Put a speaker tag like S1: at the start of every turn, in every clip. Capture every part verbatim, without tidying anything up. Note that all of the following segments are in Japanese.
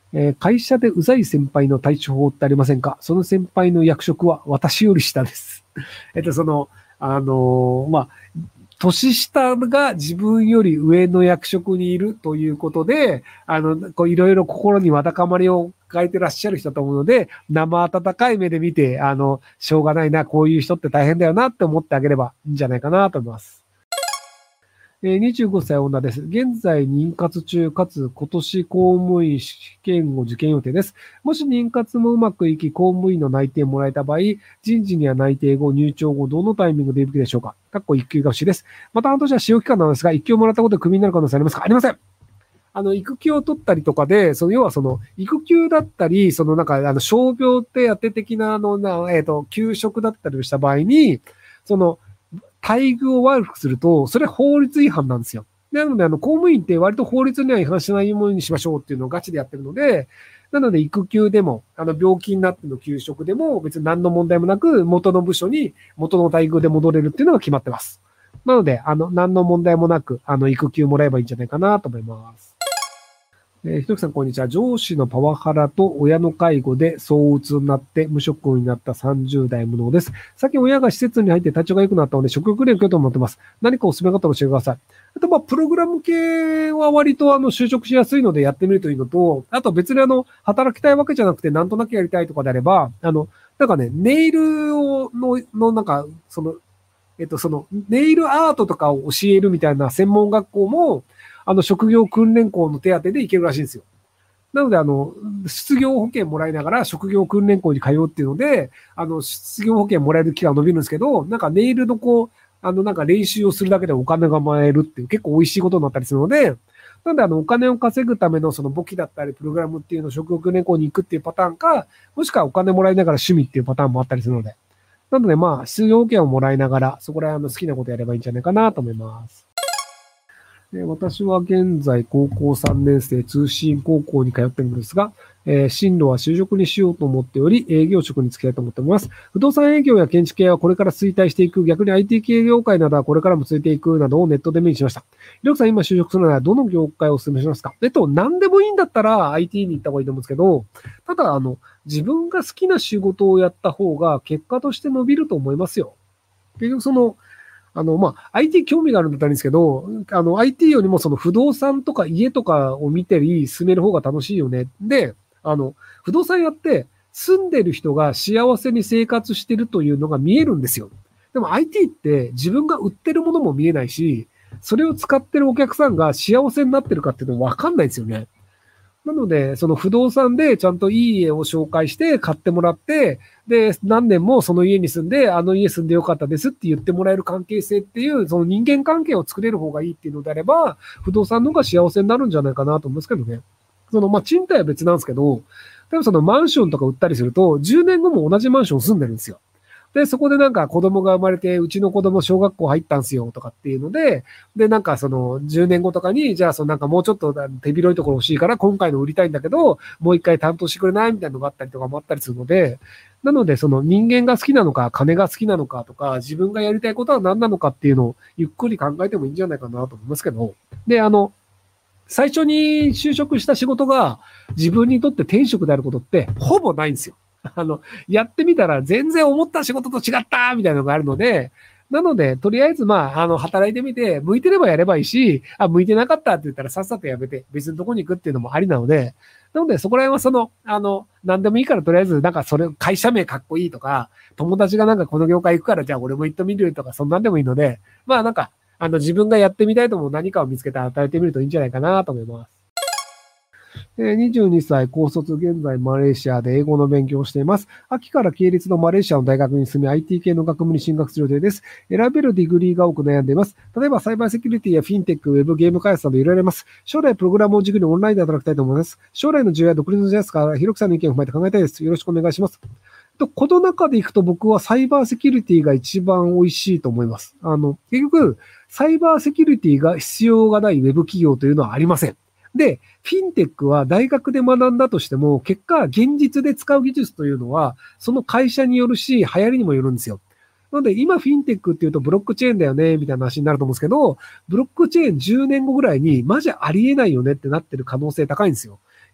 S1: えー会社でうざい先輩の対処法ってありませんか？その先輩の役職は私より下です。えっと、その、あのーまあ、年下が自分より上の役職にいるということで、あの、こういろいろ心にわだかまりを抱えてらっしゃる人だと思うので、生温かい目で見て、あの、しょうがないな、こういう人って大変だよなって思ってあげればいいんじゃないかなと思います。えーにじゅうごさい女です。現在妊活中かつ今年公務員試験を受験予定です。もし妊活もうまくいき公務員の内定もらえた場合、人事には内定後、入庁後、どのタイミングでいるべきでしょうか？かっこ育休が欲しいです。また半年は使用期間なんですが、育休をもらったことでクビになる可能性ありますか？ありません。あの、育休を取ったりとかで、その、要はその、育休だったり、そのなんか、あの、傷病手当的な、あの、なえっ、と、休職だったりした場合に、その、待遇を悪くすると、それ法律違反なんですよ。なので、あの、公務員って割と法律には違反しないものにしましょうっていうのをガチでやってるので、なので、育休でも、あの、病気になっての休職でも、別に何の問題もなく、元の部署に元の待遇で戻れるっていうのが決まってます。なので、あの、何の問題もなく、あの、育休もらえばいいんじゃないかなと思います。えー、ひときさん、こんにちは。上司のパワハラと親の介護で躁うつになって無職になったさんじゅう代無能です。最近親が施設に入って体調が良くなったので、職業練習と思ってます。何かお勧め方を教えてください。あと、まあ、プログラム系は割とあの、就職しやすいのでやってみるといいのと、あと別にあの、働きたいわけじゃなくて、なんとなくやりたいとかであれば、あの、なんかね、ネイルを、の、の、なんか、その、えっと、その、ネイルアートとかを教えるみたいな専門学校も、あの、職業訓練校の手当で行けるらしいんですよ。なので、あの、失業保険もらいながら職業訓練校に通うっていうので、あの、失業保険もらえる期間伸びるんですけど、なんかネイルのこう、あの、なんか練習をするだけでお金がもらえるっていう結構美味しいことになったりするので、なんであの、お金を稼ぐためのその簿記だったり、プログラムっていうのを職業訓練校に行くっていうパターンか、もしくはお金もらいながら趣味っていうパターンもあったりするので、なのでまあ、失業保険をもらいながら、そこら辺の好きなことやればいいんじゃないかなと思います。で私は現在高校さんねん生通信高校に通っているのですが、えー進路は就職にしようと思っており、営業職に就きたいと思っております。不動産営業や建築系はこれから衰退していく、逆に アイティー 系業界などはこれからも続いていくなどをネットで目にしました。ひろきさん今就職するならどの業界をお勧めしますか？えっと、何でもいいんだったら アイティー に行った方がいいと思うんですけど、ただ、あの、自分が好きな仕事をやった方が結果として伸びると思いますよ。結局その、あの、まあ、アイティー 興味があるんだったらいいんですけど、あの、アイティー よりもその不動産とか家とかを見てり、進める方が楽しいよね。で、あの、不動産屋って住んでる人が幸せに生活してるというのが見えるんですよ。でも アイティー って自分が売ってるものも見えないし、それを使ってるお客さんが幸せになってるかっていうのわかんないんですよね。なので、その不動産でちゃんといい家を紹介して買ってもらって、で、何年もその家に住んで、あの家住んでよかったですって言ってもらえる関係性っていう、その人間関係を作れる方がいいっていうのであれば、不動産の方が幸せになるんじゃないかなと思うんですけどね。その、まあ、賃貸は別なんですけど、でもそのマンションとか売ったりすると、じゅうねんごも同じマンション住んでるんですよ。で、そこでなんか子供が生まれて、うちの子供小学校入ったんすよとかっていうので、で、なんかそのじゅうねんごとかに、じゃあそのなんかもうちょっと手広いところ欲しいから今回の売りたいんだけど、もう一回担当してくれないみたいなのがあったりとかもあったりするので、なのでその人間が好きなのか、金が好きなのかとか、自分がやりたいことは何なのかっていうのをゆっくり考えてもいいんじゃないかなと思いますけど、で、あの、最初に就職した仕事が自分にとって転職であることってほぼないんですよ。あの、やってみたら全然思った仕事と違ったみたいなのがあるので、なので、とりあえず、まあ、あの、働いてみて、向いてればやればいいし、あ、向いてなかったって言ったらさっさとやめて、別にどこに行くっていうのもありなので、なので、そこら辺はその、あの、何でもいいから、とりあえず、なんかそれ、会社名かっこいいとか、友達がなんかこの業界行くから、じゃあ俺も行ってみるとか、そんなんでもいいので、まあなんか、あの、自分がやってみたいと思う何かを見つけて与えてみるといいんじゃないかなと思います。にじゅうにさい、高卒、現在マレーシアで英語の勉強をしています。秋から系列のマレーシアの大学に進み、アイティー 系の学部に進学する予定です。選べるディグリーが多く悩んでいます。例えば、サイバーセキュリティやフィンテック、ウェブ、ゲーム開発などいろいろあります。将来、プログラムを軸にオンラインで働きたいと思います。将来の需要や独立のジャスから、ひろきさんの意見を踏まえて考えたいです。よろしくお願いします。と、この中でいくと僕はサイバーセキュリティが一番美味しいと思います。あの、結局、サイバーセキュリティが必要がないウェブ企業というのはありません。で、フィンテックは大学で学んだとしても、結果、現実で使う技術というのは、その会社によるし、流行りにもよるんですよ。なので、今、フィンテックっていうとブロックチェーンだよね、みたいな話になると思うんですけど、ブロックチェーンじゅうねんごぐらいに、マジありえないよねってなってる可能性高いんですよ。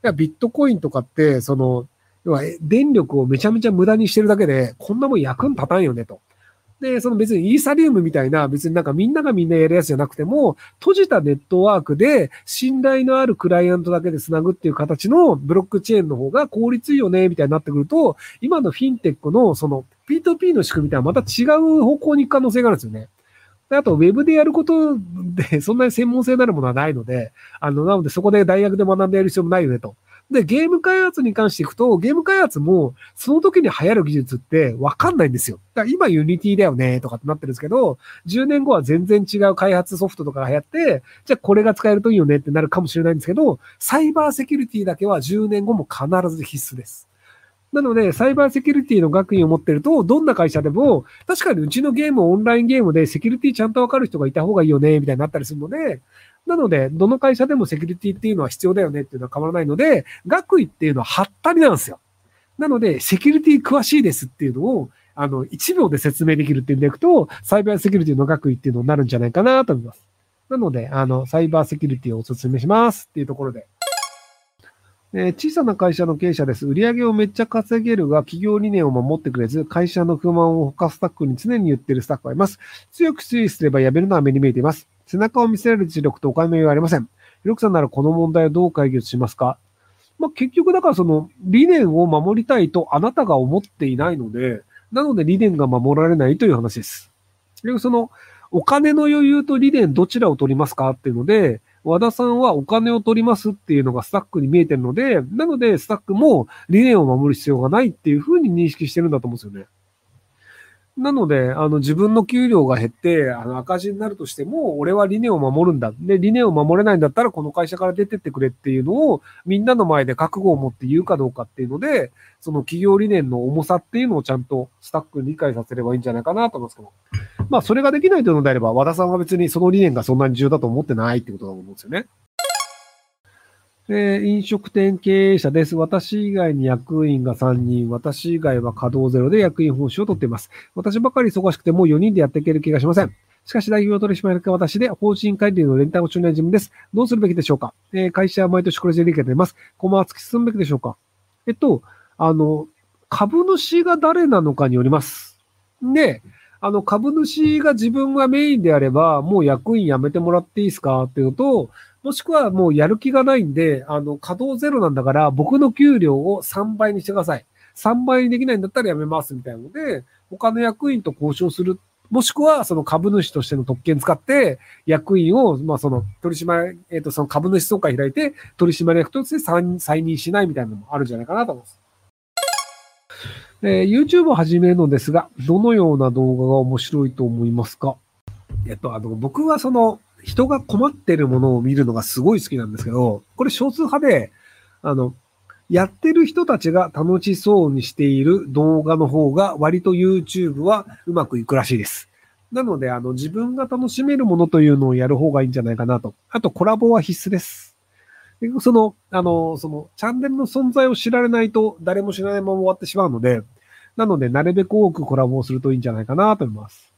S1: やビットコインとかって、その、要は電力をめちゃめちゃ無駄にしてるだけで、こんなもん役に立たんよねと。で、その別にイーサリウムみたいな、別になんかみんながみんなやるやつじゃなくても、閉じたネットワークで信頼のあるクライアントだけで繋ぐっていう形のブロックチェーンの方が効率いいよね、みたいになってくると、今のフィンテックのその ピーツーピー の仕組みとはまた違う方向に行く可能性があるんですよね。であと、ウェブでやることで、そんなに専門性になるものはないので、あの、なのでそこで大学で学んでやる必要もないよねと。で、ゲーム開発に関していくと、ゲーム開発も、その時に流行る技術ってわかんないんですよ。だから今ユニティだよね、とかってなってるんですけど、じゅうねんごは全然違う開発ソフトとかが流行って、じゃあこれが使えるといいよねってなるかもしれないんですけど、サイバーセキュリティだけはじゅうねんごも必ず必須です。なので、サイバーセキュリティの学位を持ってると、どんな会社でも、確かにうちのゲーム、オンラインゲームでセキュリティちゃんとわかる人がいた方がいいよね、みたいになったりするので、なので、どの会社でもセキュリティっていうのは必要だよねっていうのは変わらないので、学位っていうのははったりなんですよ。なので、セキュリティ詳しいですっていうのを、あの、いちびょうで説明できるっていうんでいくと、サイバーセキュリティの学位っていうのになるんじゃないかなと思います。なので、あの、サイバーセキュリティをお勧めしますっていうところで。えー小さな会社の経営者です。売上をめっちゃ稼げるが、企業理念を守ってくれず、会社の不満を他スタッフに常に言っているスタッフがいます。強く注意すればやめるのは目に見えています。背中を見せられる実力とお金の余裕はありません。ひろくさんならこの問題をどう解決しますか？まあ、結局だからその理念を守りたいとあなたが思っていないので、なので理念が守られないという話です。でそのお金の余裕と理念どちらを取りますかっていうので、和田さんはお金を取りますっていうのがスタッフに見えてるので、なのでスタッフも理念を守る必要がないっていうふうに認識してるんだと思うんですよね。なので、あの、自分の給料が減って、あの、赤字になるとしても、俺は理念を守るんだ。で、理念を守れないんだったら、この会社から出てってくれっていうのを、みんなの前で覚悟を持って言うかどうかっていうので、その企業理念の重さっていうのをちゃんとスタッフに理解させればいいんじゃないかなと思うんですけど。まあ、それができないというのであれば、和田さんは別にその理念がそんなに重要だと思ってないってことだと思うんですよね。えー飲食店経営者です。私以外に役員がさんにん、私以外は稼働ゼロで役員報酬を取っています。私ばかり忙しくてもうよにんでやっていける気がしません。しかし代表取締役は私で、法人管理の連帯保証人は自分です。どうするべきでしょうか？えー会社は毎年これで利益が出ます。このまま突き進むべきでしょうか？えっと、あの、株主が誰なのかによります。で、あの、株主が自分がメインであれば、もう役員辞めてもらっていいですかっていうのと、もしくはもうやる気がないんで、あの、稼働ゼロなんだから、僕の給料をさんばいにしてください。さんばいにできないんだったら辞めますみたいなので、他の役員と交渉する。もしくは、その株主としての特権使って、役員を、まあ、その、取締、えっ、と、その株主総会開いて、取締役として再再任しないみたいなのもあるんじゃないかなと思います。えー YouTube を始めるのですが、どのような動画が面白いと思いますか？えっと、あの、僕はその、人が困ってるものを見るのがすごい好きなんですけど、これ少数派で、あの、やってる人たちが楽しそうにしている動画の方が割と YouTube はうまくいくらしいです。なので、あの、自分が楽しめるものというのをやる方がいいんじゃないかなと。あと、コラボは必須です。でその、あの、その、チャンネルの存在を知られないと誰も知らないまま終わってしまうので、なので、なるべく多くコラボをするといいんじゃないかなと思います。